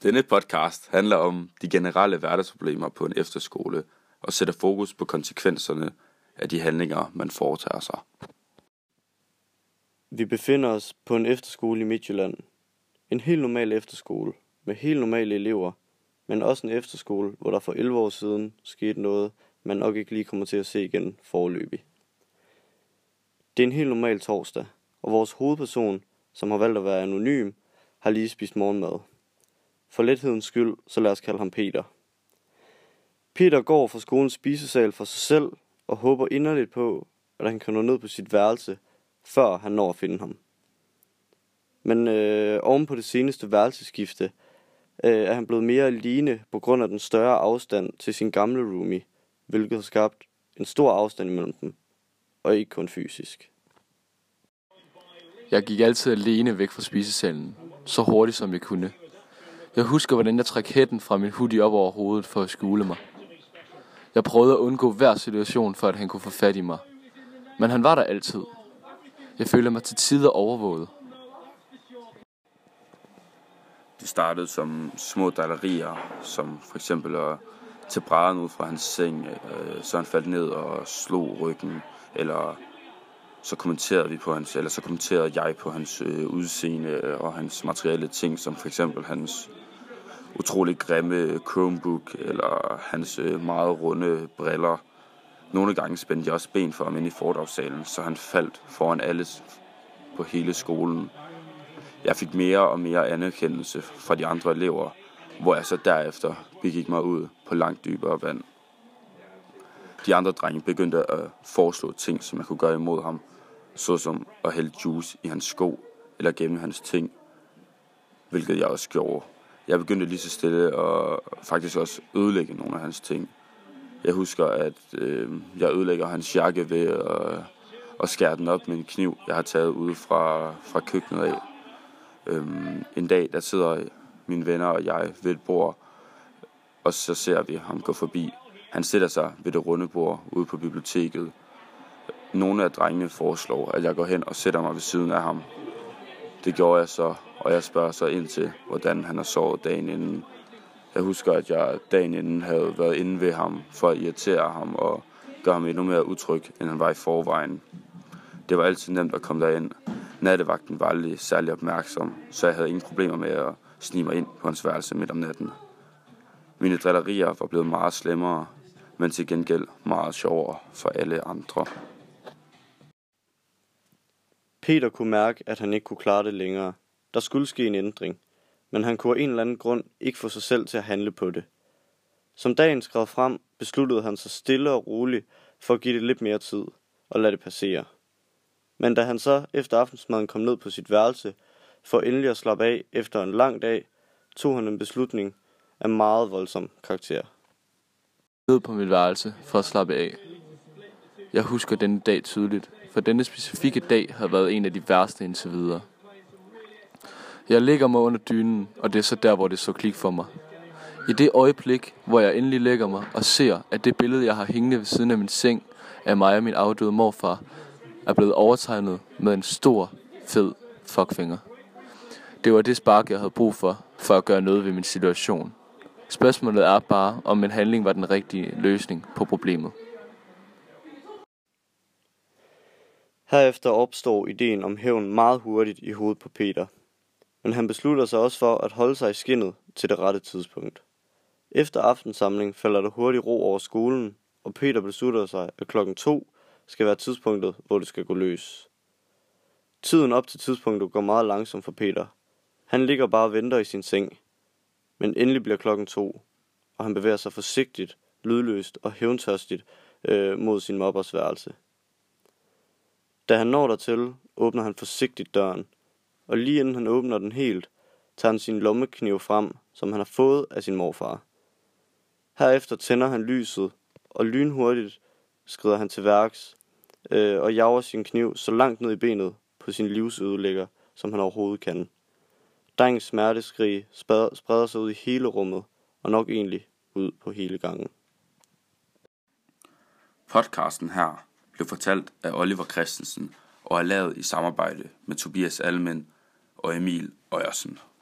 Denne podcast handler om de generelle hverdagsproblemer på en efterskole og sætter fokus på konsekvenserne af de handlinger, man foretager sig. Vi befinder os på en efterskole i Midtjylland. En helt normal efterskole med helt normale elever, men også en efterskole, hvor der for 11 år siden skete noget, man nok ikke lige kommer til at se igen foreløbig. Det er en helt normal torsdag, og vores hovedperson, som har valgt at være anonym, har lige spist morgenmad. For lethedens skyld, så lad os kalde ham Peter. Peter går fra skolens spisesal for sig selv og håber inderligt på, at han kan nå ned på sit værelse, før han når at finde ham. Men oven på det seneste værelseskifte er han blevet mere alene på grund af den større afstand til sin gamle roomie, hvilket har skabt en stor afstand imellem dem, og ikke kun fysisk. Jeg gik altid alene væk fra spisesalen, så hurtigt som jeg kunne. Jeg husker, hvordan jeg trak hætten fra min hoodie op over hovedet for at skjule mig. Jeg prøvede at undgå hver situation, for at han kunne få fat i mig. Men han var der altid. Jeg følte mig til tider overvåget. Det startede som små drillerier, som for eksempel at tage brædderen ud fra hans seng, så han faldt ned og slog ryggen, eller så kommenterede jeg på hans udseende og hans materielle ting, som for eksempel hans utrolig grimme Chromebook eller hans meget runde briller. Nogle gange spændte jeg også ben for ham ind i foredragssalen, så han faldt foran alle på hele skolen. Jeg fik mere og mere anerkendelse fra de andre elever, hvor jeg så derefter begik mig ud på langt dybere vand. De andre drenge begyndte at foreslå ting, som jeg kunne gøre imod ham, såsom at hælde juice i hans sko eller gemme hans ting, hvilket jeg også gjorde. Jeg begyndte lige så stille og faktisk også ødelægge nogle af hans ting. Jeg husker, at jeg ødelægger hans jakke ved at skære den op med en kniv, jeg har taget ude fra køkkenet af. En dag, der sidder mine venner og jeg ved et bord, og så ser vi ham gå forbi. Han sætter sig ved det runde bord ude på biblioteket. Nogle af drengene foreslår, at jeg går hen og sætter mig ved siden af ham. Det gjorde jeg så, og jeg spørger så ind til, hvordan han har sovet dagen inden. Jeg husker, at jeg dagen inden havde været inde ved ham for at irritere ham og gøre ham endnu mere utryg, end han var i forvejen. Det var altid nemt at komme derind. Nattevagten var aldrig særlig opmærksom, så jeg havde ingen problemer med at snige mig ind på hans værelse midt om natten. Mine drillerier var blevet meget slemmere, men til gengæld meget sjovere for alle andre. Peter kunne mærke, at han ikke kunne klare det længere. Der skulle ske en ændring, men han kunne af en eller anden grund ikke få sig selv til at handle på det. Som dagen skred frem, besluttede han sig stille og roligt for at give det lidt mere tid og lade det passere. Men da han så efter aftensmaden kom ned på sit værelse for endelig at slappe af efter en lang dag, tog han en beslutning af meget voldsom karakter. Ned på mit værelse for at slappe af. Jeg husker denne dag tydeligt, for denne specifikke dag havde været en af de værste indtil videre. Jeg ligger mig under dynen, og det er så der, hvor det så klik for mig. I det øjeblik, hvor jeg endelig lægger mig og ser, at det billede, jeg har hængende ved siden af min seng, af mig og min afdøde morfar, er blevet overtegnet med en stor, fed fuckfinger. Det var det spark, jeg havde brug for at gøre noget ved min situation. Spørgsmålet er bare, om en handling var den rigtige løsning på problemet. Herefter opstår ideen om hævn meget hurtigt i hovedet på Peter. Men han beslutter sig også for at holde sig i skindet til det rette tidspunkt. Efter aftensamling falder der hurtigt ro over skolen, og Peter beslutter sig, at 2:00 skal være tidspunktet, hvor det skal gå løs. Tiden op til tidspunktet går meget langsomt for Peter. Han ligger bare og venter i sin seng. Men endelig bliver 2:00, og han bevæger sig forsigtigt, lydløst og hævntørstigt mod sin mobbers værelse. Da han når dertil, åbner han forsigtigt døren, og lige inden han åbner den helt, tager han sin lommekniv frem, som han har fået af sin morfar. Herefter tænder han lyset, og lynhurtigt skrider han til værks og jager sin kniv så langt ned i benet på sin livsødelægger, som han overhovedet kan. Drengens smerteskrig spreder sig ud i hele rummet, og nok egentlig ud på hele gangen. Podcasten her blev fortalt af Oliver Christensen og er lavet i samarbejde med Tobias Almen og Emil Øjersen.